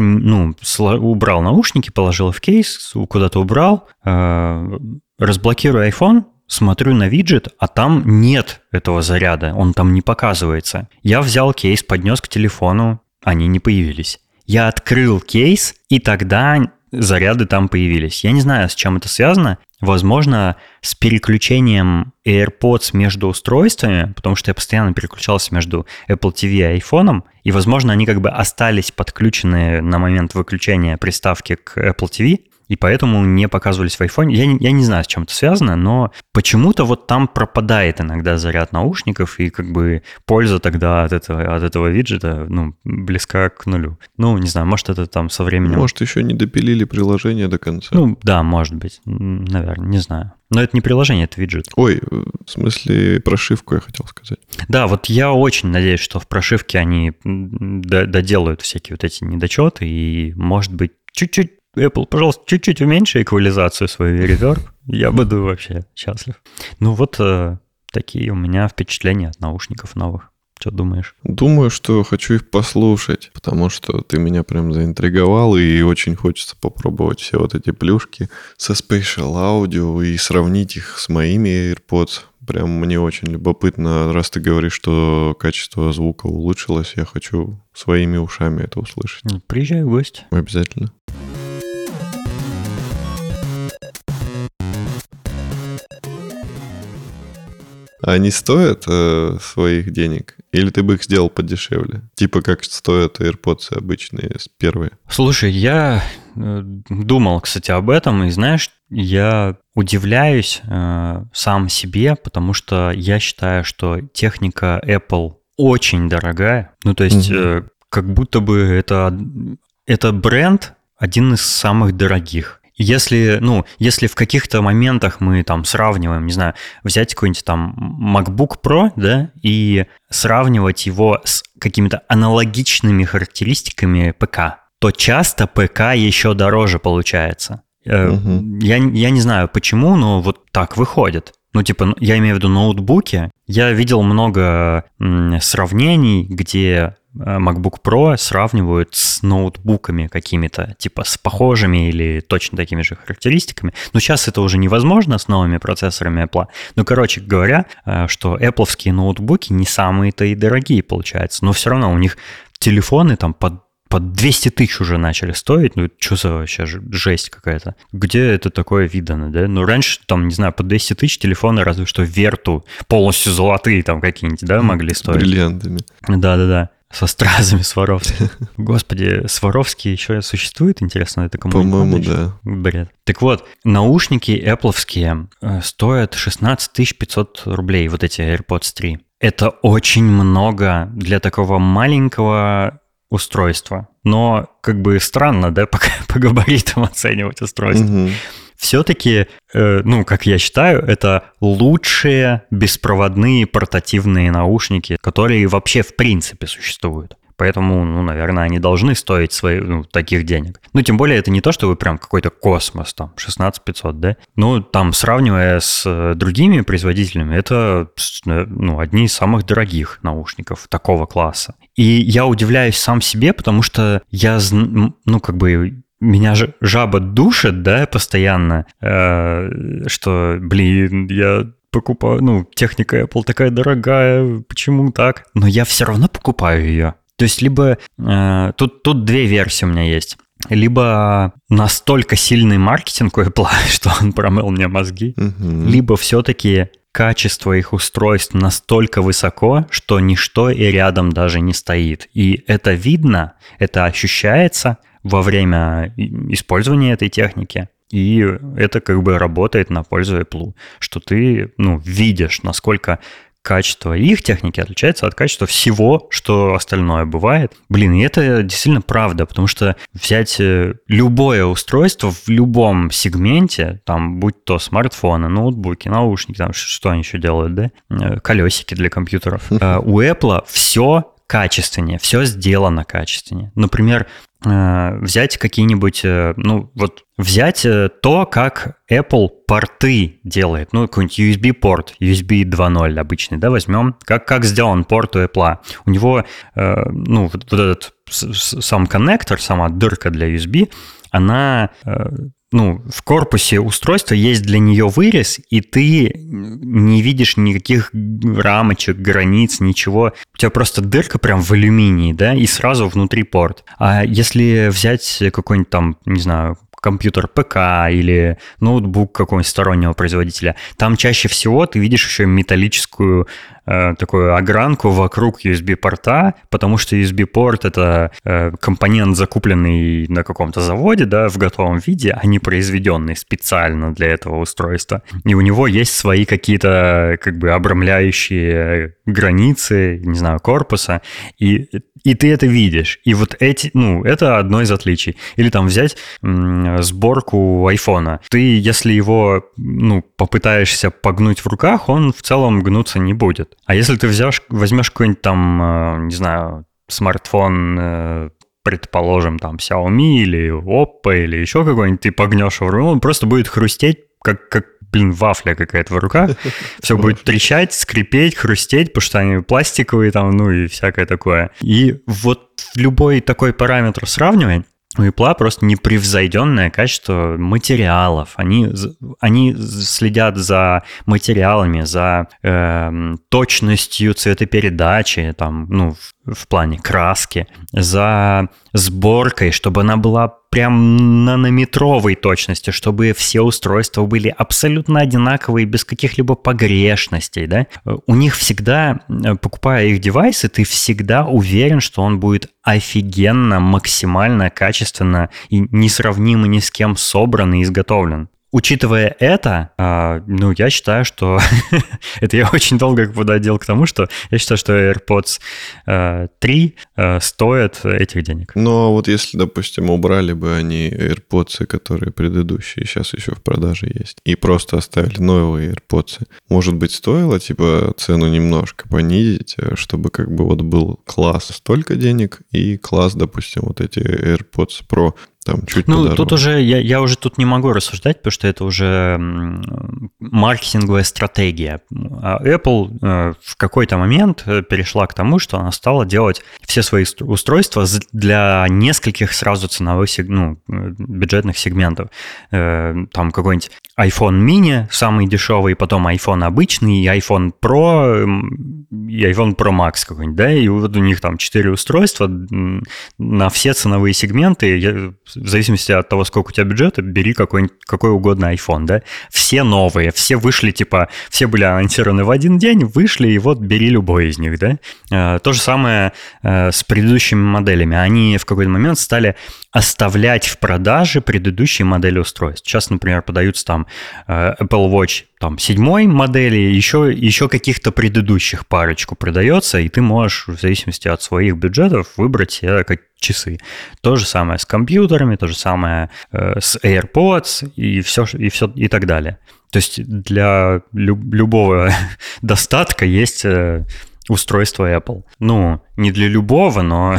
убрал наушники, положил в кейс, куда-то убрал, разблокирую iPhone, смотрю на виджет, а там нет этого заряда, он там не показывается. Я взял кейс, поднес к телефону, они не появились. Я открыл кейс, и тогда заряды там появились. Я не знаю, с чем это связано. Возможно, с переключением AirPods между устройствами, потому что я постоянно переключался между Apple TV и iPhone, и, возможно, они как бы остались подключены на момент выключения приставки к Apple TV, и поэтому не показывались в iPhone. Я не знаю, с чем это связано, но почему-то вот там пропадает иногда заряд наушников, и как бы польза тогда от этого виджета, близка к нулю. Не знаю, может, это там со временем... Может, еще не допилили приложение до конца. Да, может быть, наверное, не знаю. Но это не приложение, это виджет. Ой, в смысле прошивку я хотел сказать. Да, вот я очень надеюсь, что в прошивке они доделают всякие вот эти недочеты, и, может быть, чуть-чуть Apple, пожалуйста, чуть-чуть уменьши эквализацию свою, реверб. Я буду вообще счастлив. Ну вот такие у меня впечатления от наушников новых. Что думаешь? Думаю, что хочу их послушать, потому что ты меня прям заинтриговал, и очень хочется попробовать все вот эти плюшки со Spatial Audio и сравнить их с моими AirPods. Прям мне очень любопытно, раз ты говоришь, что качество звука улучшилось, я хочу своими ушами это услышать. Приезжай в гости. Обязательно. Они стоят своих денег? Или ты бы их сделал подешевле? Типа как стоят AirPods обычные, первые? Слушай, я думал, кстати, об этом, и знаешь, я удивляюсь сам себе, потому что я считаю, что техника Apple очень дорогая. Ну, то есть, как будто бы это бренд один из самых дорогих. Если в каких-то моментах мы там сравниваем, не знаю, взять какой-нибудь там MacBook Pro, да, и сравнивать его с какими-то аналогичными характеристиками ПК, то часто ПК еще дороже получается. Я не знаю почему, но вот так выходит. Ну, типа, я имею в виду ноутбуки. Я видел много сравнений, где MacBook Pro сравнивают с ноутбуками какими-то, типа с похожими или точно такими же характеристиками. Но сейчас это уже невозможно с новыми процессорами Apple. Ну, короче говоря, что Apple'овские ноутбуки не самые-то и дорогие получаются. Но все равно у них телефоны там под 200 тысяч уже начали стоить. Ну, что за вообще жесть какая-то. Где это такое видано, да? Ну, раньше, там, не знаю, по 200 тысяч телефоны разве что Верту полностью золотые там какие-нибудь, да, могли стоить. С бриллиантами. Да-да-да. Со стразами Сваровски. Господи, Сваровски еще существует, интересно, это кому-нибудь? По-моему, да. Бред. Так вот, наушники Apple'овские стоят 16 500 рублей, вот эти AirPods 3. Это очень много для такого маленького устройства. Но как бы странно, да, по габаритам оценивать устройство. Все-таки, как я считаю, это лучшие беспроводные портативные наушники, которые вообще в принципе существуют. Поэтому, наверное, они должны стоить таких денег. Тем более, это не то, что вы прям какой-то космос, там, 16 500, да? Там, сравнивая с другими производителями, это, одни из самых дорогих наушников такого класса. И я удивляюсь сам себе, потому что я, меня же жаба душит, да, постоянно, что, я покупаю, техника Apple такая дорогая, почему так? Но я все равно покупаю ее. То есть, либо тут две версии у меня есть. Либо настолько сильный маркетинг у Apple, что он промыл мне мозги, либо все-таки качество их устройств настолько высоко, что ничто и рядом даже не стоит. И это видно, это ощущается во время использования этой техники. И это как бы работает на пользу Apple, что ты видишь, насколько качество их техники отличается от качества всего, что остальное бывает. И это действительно правда, потому что взять любое устройство в любом сегменте, там, будь то смартфоны, ноутбуки, наушники, там, что они еще делают, да? Колесики для компьютеров. У Apple все качественнее, все сделано качественнее. Например, взять какие-нибудь, взять то, как Apple порты делает, какой-нибудь USB-порт, USB 2.0 обычный, да, возьмем, как сделан порт у Apple. У него, вот этот сам коннектор, сама дырка для USB, она... в корпусе устройства есть для нее вырез, и ты не видишь никаких рамочек, границ, ничего. У тебя просто дырка прям в алюминии, да, и сразу внутри порт. А если взять какой-нибудь там, не знаю, компьютер ПК или ноутбук какого-нибудь стороннего производителя, там чаще всего ты видишь еще металлическую такую огранку вокруг USB-порта, потому что USB-порт — это компонент, закупленный на каком-то заводе, да, в готовом виде, а не произведенный специально для этого устройства. И у него есть свои какие-то как бы обрамляющие границы, не знаю, корпуса, и ты это видишь. И вот это одно из отличий. Или там взять сборку айфона. Ты, если его, попытаешься погнуть в руках, он в целом гнуться не будет. А если ты возьмешь какой-нибудь там, не знаю, смартфон предположим, там, Xiaomi или Oppo или еще какой-нибудь, ты погнешь его в руку, он просто будет хрустеть, как вафля какая-то в руках. Все будет трещать, скрипеть, хрустеть, потому что они пластиковые там, ну и всякое такое. И вот любой такой параметр сравнивать, у Apple просто непревзойденное качество материалов. Они следят за материалами, за точностью цветопередачи, там, ну, в плане краски, за сборкой, чтобы она была прям нанометровой точности, чтобы все устройства были абсолютно одинаковые, без каких-либо погрешностей, да? У них всегда, покупая их девайсы, ты всегда уверен, что он будет офигенно, максимально качественно и несравнимо ни с кем собран и изготовлен. Учитывая это, ну, я считаю, что... это я очень долго пододел к тому, что я считаю, что AirPods 3 стоят этих денег. Но вот если, допустим, убрали бы они AirPods, которые предыдущие, сейчас еще в продаже есть, и просто оставили новые AirPods, может быть, стоило, типа, цену немножко понизить, чтобы как бы вот был класс столько денег и класс, допустим, вот эти AirPods Pro там чуть подороже. Тут уже, я уже тут не могу рассуждать, потому что это уже маркетинговая стратегия. Apple в какой-то момент перешла к тому, что она стала делать все свои устройства для нескольких сразу ценовых бюджетных сегментов. Там какой-нибудь iPhone mini, самый дешевый, потом iPhone обычный, iPhone Pro и iPhone Pro Max какой-нибудь, да, и вот у них там 4 устройства на все ценовые сегменты. В зависимости от того, сколько у тебя бюджета, бери какой угодно iPhone, да. Все новые, все вышли, типа, все были анонсированы в один день, вышли, и вот бери любой из них, да. То же самое с предыдущими моделями. Они в какой-то момент стали оставлять в продаже предыдущие модели устройств. Сейчас, например, продаются там Apple Watch там 7 модели, еще каких-то предыдущих парочку продается, и ты можешь в зависимости от своих бюджетов выбрать себе часы. То же самое с компьютерами, то же самое с AirPods и так далее. То есть для любого достатка есть устройство Apple. Ну, не для любого, но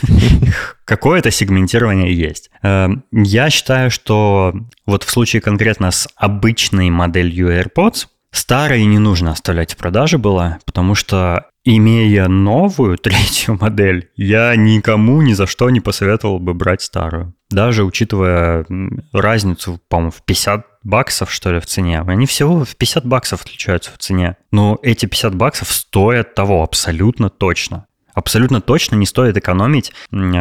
какое-то сегментирование есть. Я считаю, что вот в случае конкретно с обычной моделью AirPods старые не нужно оставлять в продаже было, потому что, имея новую, третью модель, я никому ни за что не посоветовал бы брать старую. Даже учитывая разницу, по-моему, в $50, что ли, в цене. Они всего в $50 отличаются в цене. Но эти $50 стоят того абсолютно точно. Абсолютно точно не стоит экономить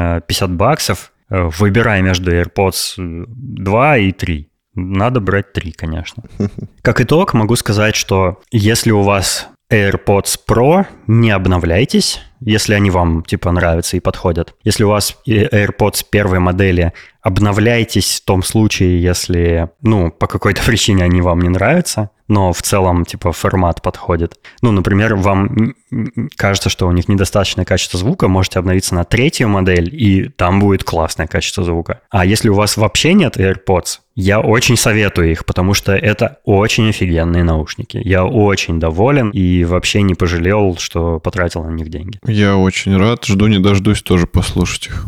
$50, выбирая между AirPods 2 и 3. Надо брать 3, конечно. Как итог, могу сказать, что если у вас AirPods Pro, не обновляйтесь, если они вам типа нравятся и подходят. Если у вас AirPods первой модели, обновляйтесь в том случае, если, по какой-то причине они вам не нравятся, но в целом типа формат подходит. Например, вам кажется, что у них недостаточное качество звука, можете обновиться на третью модель, и там будет классное качество звука. А если у вас вообще нет AirPods, я очень советую их, потому что это очень офигенные наушники. Я очень доволен и вообще не пожалел, что потратил на них деньги. Я очень рад, жду не дождусь тоже послушать их.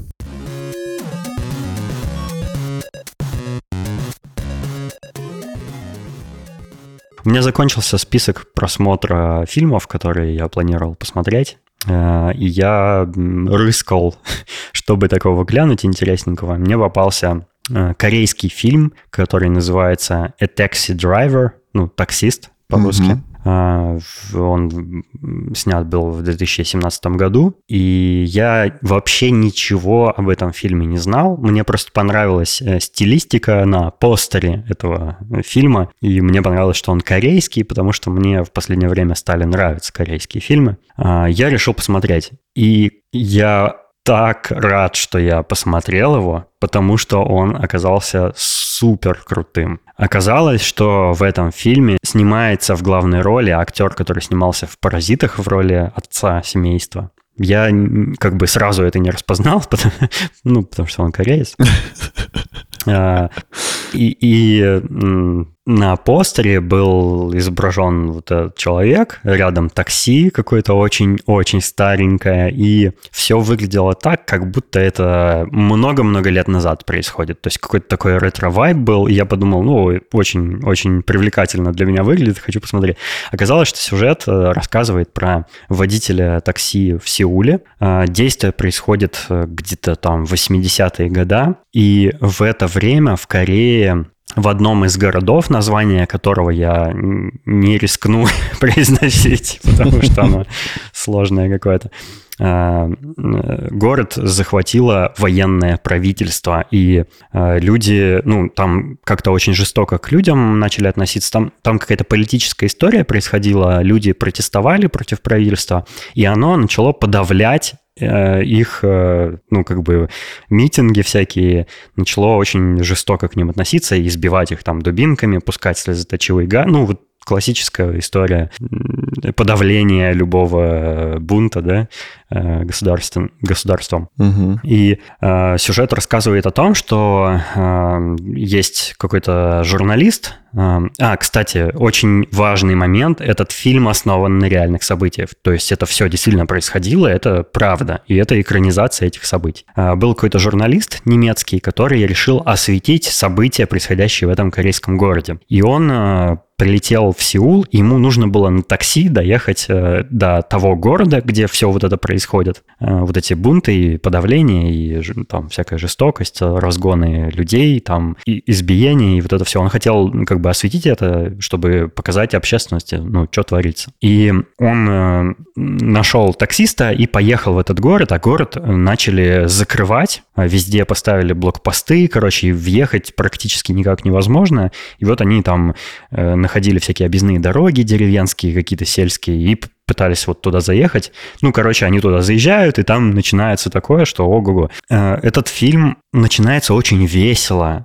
У меня закончился список просмотра фильмов, которые я планировал посмотреть. И я рыскал, чтобы такого глянуть интересненького. Мне попался корейский фильм, который называется «A Taxi Driver», таксист по-русски. Он снят был в 2017 году, и я вообще ничего об этом фильме не знал. Мне просто понравилась стилистика на постере этого фильма, и мне понравилось, что он корейский, потому что мне в последнее время стали нравиться корейские фильмы. Я решил посмотреть, и я так рад, что я посмотрел его, потому что он оказался супер крутым. Оказалось, что в этом фильме снимается в главной роли актер, который снимался в «Паразитах» в роли отца семейства. Я сразу это не распознал, потому что он кореец. на постере был изображен вот этот человек, рядом такси какое-то очень-очень старенькое, и все выглядело так, как будто это много-много лет назад происходит. То есть какой-то такой ретро-вайб был, и я подумал, ну, очень-очень привлекательно для меня выглядит, хочу посмотреть. Оказалось, что сюжет рассказывает про водителя такси в Сеуле. Действие происходит где-то там в 80-е годы, и в это время в Корее в одном из городов, название которого я не рискну произносить, потому что оно сложное какое-то, город захватило военное правительство, и люди, ну, там как-то очень жестоко к людям начали относиться. Там какая-то политическая история происходила, люди протестовали против правительства, и оно начало подавлять их, ну, как бы, митинги всякие, начало очень жестоко к ним относиться и избивать их там дубинками, пускать слезоточивый газ. Ну, вот классическая история подавления любого бунта, да, государством. Угу. И сюжет рассказывает о том, что есть какой-то журналист. Кстати, очень важный момент. Этот фильм основан на реальных событиях. То есть это все действительно происходило, это правда. И это экранизация этих событий. Был какой-то журналист немецкий, который решил осветить события, происходящие в этом корейском городе. И он прилетел в Сеул, и ему нужно было на такси доехать до того города, где все вот это происходит. Вот эти бунты и подавления, и там всякая жестокость, разгоны людей, там и избиения, и вот это все. Он хотел как бы осветить это, чтобы показать общественности, ну, что творится. И он нашел таксиста и поехал в этот город, а город начали закрывать, везде поставили блокпосты, короче, и въехать практически никак невозможно. И вот они там находили всякие объездные дороги деревенские, какие-то сельские, и пытались вот туда заехать. Ну, короче, они туда заезжают, и там начинается такое, что ого-го. Этот фильм начинается очень весело.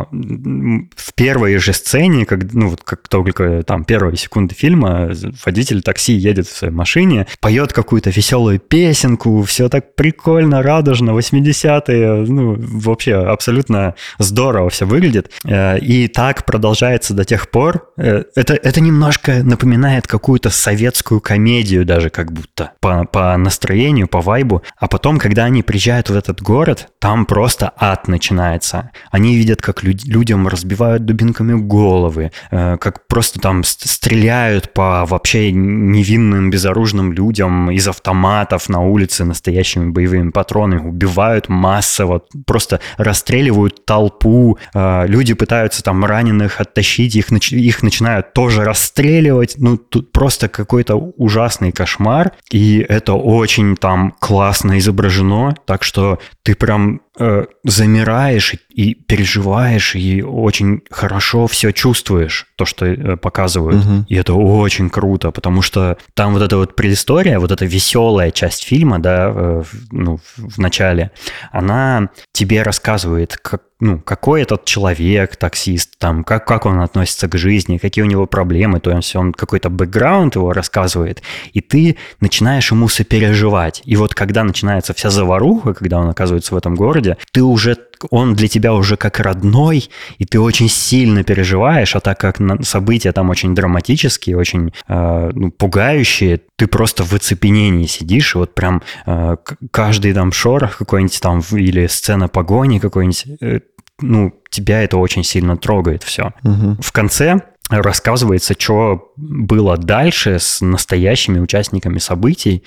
В первой же сцене, как только там первые секунды фильма, водитель такси едет в своей машине, поет какую-то веселую песенку, все так прикольно, радужно, 80-е, ну, вообще абсолютно здорово все выглядит. И так продолжается до тех пор. Это немножко напоминает какую-то советскую комедию даже как будто по настроению, по вайбу. А потом, когда они приезжают в этот город, там просто ад начинается. Они видят, как людям разбивают дубинками головы, как просто там стреляют по вообще невинным, безоружным людям из автоматов на улице настоящими боевыми патронами, убивают массово, просто расстреливают толпу. Люди пытаются там раненых оттащить, их начинают тоже расстреливать. Ну, тут просто какой-то ужасный кошмар, и это очень там классно изображено, так что ты прям замираешь и переживаешь, и очень хорошо все чувствуешь, то, что показывают. Угу. И это очень круто, потому что там вот эта вот предыстория, вот эта веселая часть фильма, да, в начале, она тебе рассказывает, какой этот человек, таксист, там, как он относится к жизни, какие у него проблемы, то есть он какой-то бэкграунд его рассказывает, и ты начинаешь ему сопереживать. И вот когда начинается вся заваруха, когда он оказывается в этом городе, он для тебя уже как родной, и ты очень сильно переживаешь, а так как события там очень драматические, очень пугающие, ты просто в оцепенении сидишь, и вот прям каждый там шорох какой-нибудь там или сцена погони какой-нибудь, тебя это очень сильно трогает все. Угу. В конце рассказывается, что было дальше с настоящими участниками событий.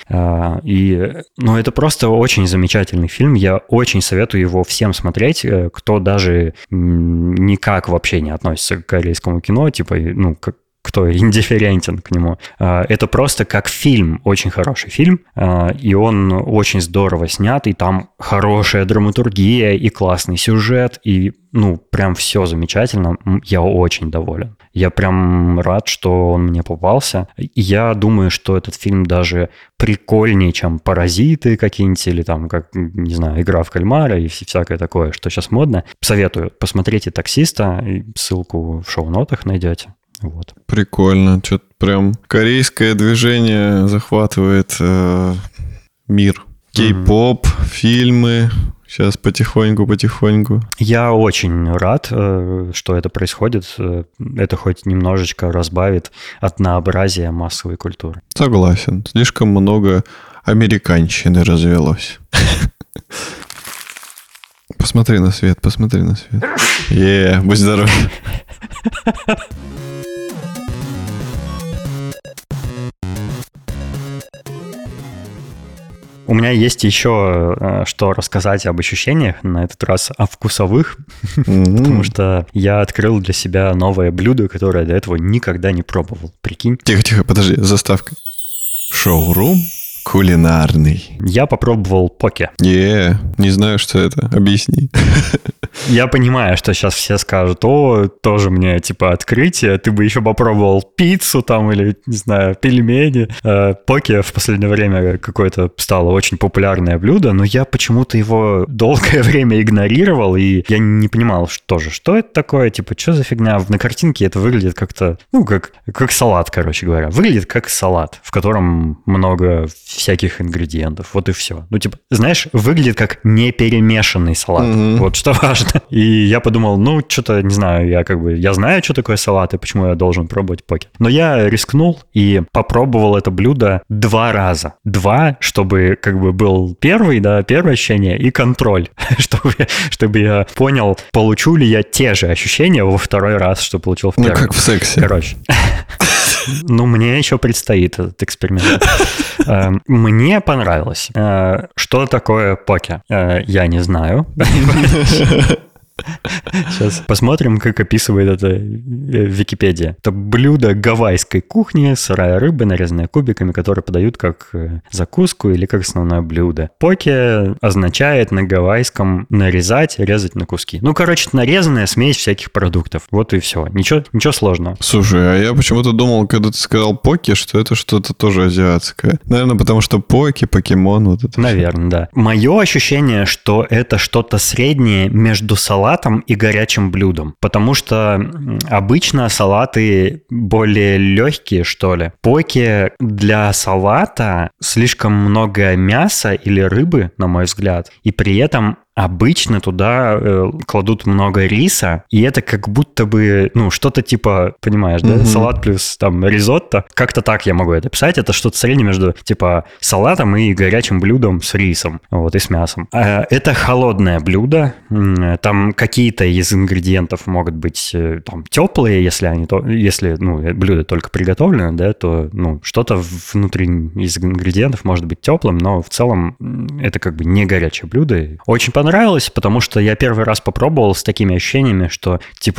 Это просто очень замечательный фильм. Я очень советую его всем смотреть, кто даже никак вообще не относится к корейскому кино, кто индифферентен к нему. Это просто как фильм, очень хороший фильм, и он очень здорово снят, и там хорошая драматургия, и классный сюжет, и, прям все замечательно. Я очень доволен. Я прям рад, что он мне попался. И я думаю, что этот фильм даже прикольнее, чем «Паразиты» какие-нибудь, или там, не знаю, «Игра в кальмара» и всякое такое, что сейчас модно. Советую, посмотрите «Таксиста», и ссылку в шоу-нотах найдете. Вот. Прикольно. Что-то прям корейское движение захватывает мир. Кей-поп, фильмы, Сейчас потихоньку. Я очень рад, что это происходит. Это хоть немножечко разбавит однообразие массовой культуры. Согласен. Слишком много американщины развелось. Посмотри на свет. Будь здоров. У меня есть еще что рассказать об ощущениях, на этот раз о вкусовых, потому что я открыл для себя новое блюдо, которое до этого никогда не пробовал. Прикинь. Тихо, подожди, заставка. Шоурум кулинарный. Я попробовал поке. Не знаю, что это. Объясни. Я понимаю, что сейчас все скажут, тоже мне, открытие, ты бы еще попробовал пиццу там или, не знаю, пельмени. Поке в последнее время какое-то стало очень популярное блюдо, но я почему-то его долгое время игнорировал, и я не понимал, что это такое, что за фигня. На картинке это выглядит как-то, как салат, короче говоря. Выглядит как салат, в котором много всяких ингредиентов, вот и все. Знаешь, выглядит как неперемешанный салат. Вот что важно. И я подумал, что-то, не знаю, я знаю, что такое салат и почему я должен пробовать поке. Но я рискнул и попробовал это блюдо 2 раза. 2, чтобы был первое ощущение и контроль, чтобы я понял, получу ли я те же ощущения во 2-й раз, что получил в первый. Как в сексе. Короче. Мне еще предстоит этот эксперимент. Мне понравилось. Что такое поке? Я не знаю. Сейчас посмотрим, как описывает это Википедия. Это блюдо гавайской кухни, сырая рыба, нарезанная кубиками, которые подают как закуску или как основное блюдо. Поке означает на гавайском нарезать, резать на куски. Нарезанная смесь всяких продуктов. Вот и все. Ничего сложного. Слушай, а я почему-то думал, когда ты сказал поке, что это что-то тоже азиатское. Наверное, потому что поке, покемон, вот это. Наверное, да. Мое ощущение, что это что-то среднее между салатом и горячим блюдом. Потому что обычно салаты более легкие, что ли. Поке для салата слишком много мяса или рыбы, на мой взгляд. И при этом обычно туда кладут много риса, и это как будто бы, что-то понимаешь, да? Салат плюс ризотто. Как-то так я могу это писать. Это что-то среднее между, салатом и горячим блюдом с рисом, и с мясом. Это холодное блюдо. Там какие-то из ингредиентов могут быть теплые, если блюдо только приготовлено, да, то, что-то внутри из ингредиентов может быть теплым, но в целом это не горячее блюдо. Очень понравилось, потому что я первый раз попробовал с такими ощущениями, что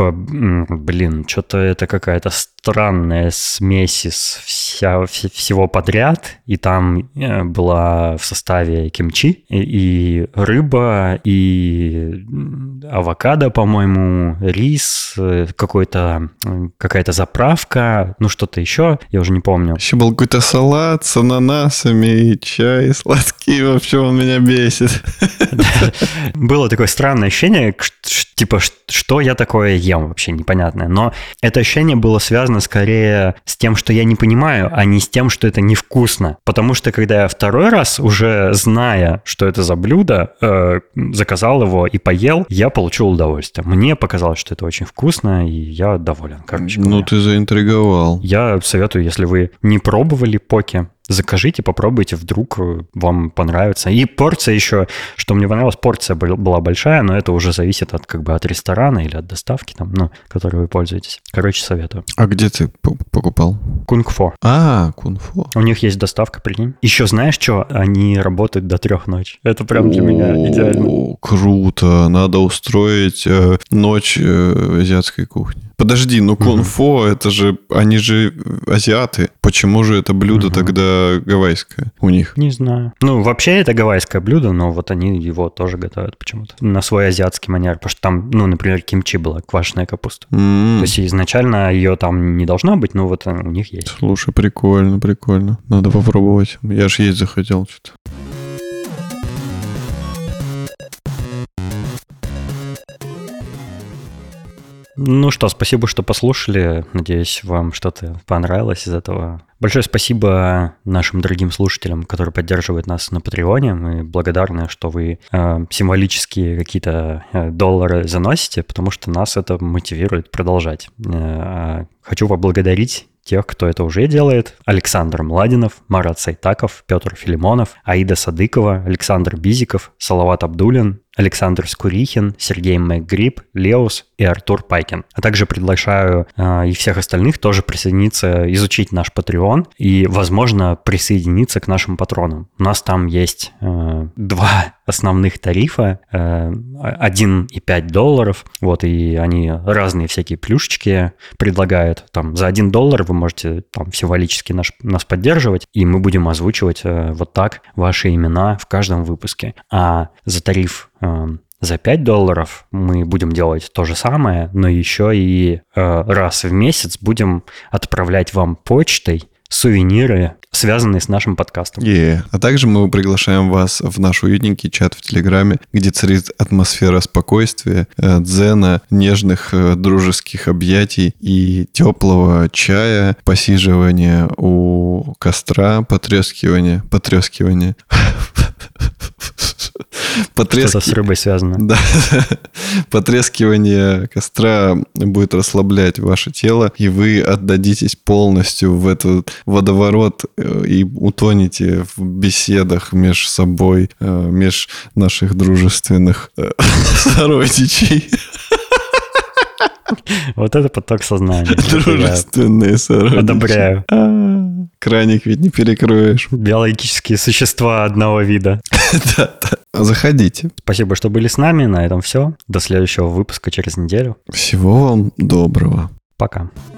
что-то это какая-то странная смесь из всего подряд, и там была в составе кимчи, и рыба, и авокадо, по-моему, рис, какая-то заправка, что-то еще, я уже не помню. Еще был какой-то салат с ананасами и чай сладкий, вообще он меня бесит. Было такое странное ощущение, что я такое ем, вообще непонятное. Но это ощущение было связано скорее с тем, что я не понимаю, а не с тем, что это невкусно. Потому что когда я 2-й раз, уже зная, что это за блюдо, заказал его и поел, я получил удовольствие. Мне показалось, что это очень вкусно, и я доволен, короче говоря. Ты заинтриговал. Я советую, если вы не пробовали поке, закажите, попробуйте, вдруг вам понравится. И порция еще, что мне понравилось, порция была большая, но это уже зависит от ресторана или от доставки, которой вы пользуетесь. Короче, советую. А где ты покупал? Кунг-фо. Кунг-фо. У них есть доставка, прикинь. Еще знаешь что? Они работают до 3 ночи. Это прям для меня идеально. Круто. Надо устроить ночь азиатской кухни. Подожди, кунг-фо, это же, они же азиаты. Почему же это блюдо тогда гавайское у них? Не знаю. Вообще это гавайское блюдо, но они его тоже готовят почему-то. На свой азиатский манер. Потому что там, например, кимчи была, квашеная капуста. То есть изначально ее там не должно быть, но у них есть. Слушай, прикольно. Надо попробовать. Я ж есть захотел что-то. Ну что, спасибо, что послушали. Надеюсь, вам что-то понравилось из этого. Большое спасибо нашим дорогим слушателям, которые поддерживают нас на Патреоне. Мы благодарны, что вы символические какие-то доллары заносите, потому что нас это мотивирует продолжать. Хочу поблагодарить тех, кто это уже делает. Александр Младинов, Марат Сайтаков, Петр Филимонов, Аида Садыкова, Александр Бизиков, Салават Абдулин, Александр Скурихин, Сергей МакГриб, Леус и Артур Пайкин. А также приглашаю и всех остальных тоже присоединиться, изучить наш Patreon и, возможно, присоединиться к нашим патронам. У нас там есть 2 основных тарифа, 1 и $5. Вот, и они разные всякие плюшечки предлагают. Там за $1 вы можете там символически нас поддерживать, и мы будем озвучивать вот так ваши имена в каждом выпуске. А за тариф за $5 мы будем делать то же самое, но еще и раз в месяц будем отправлять вам почтой сувениры, связанные с нашим подкастом. А также мы приглашаем вас в наш уютненький чат в Телеграме, где царит атмосфера спокойствия, дзена, нежных дружеских объятий и теплого чая, посиживания у костра, потрескивания. Что-то с рыбой связано. Да. Потрескивание костра будет расслаблять ваше тело, и вы отдадитесь полностью в этот водоворот и утонете в беседах между собой, меж наших дружественных сородичей. Вот это поток сознания. Дружественные сородичи. Одобряю. Краник ведь не перекроешь. Биологические существа одного вида. Да. Заходите. Спасибо, что были с нами. На этом все. До следующего выпуска через неделю. Всего вам доброго. Пока.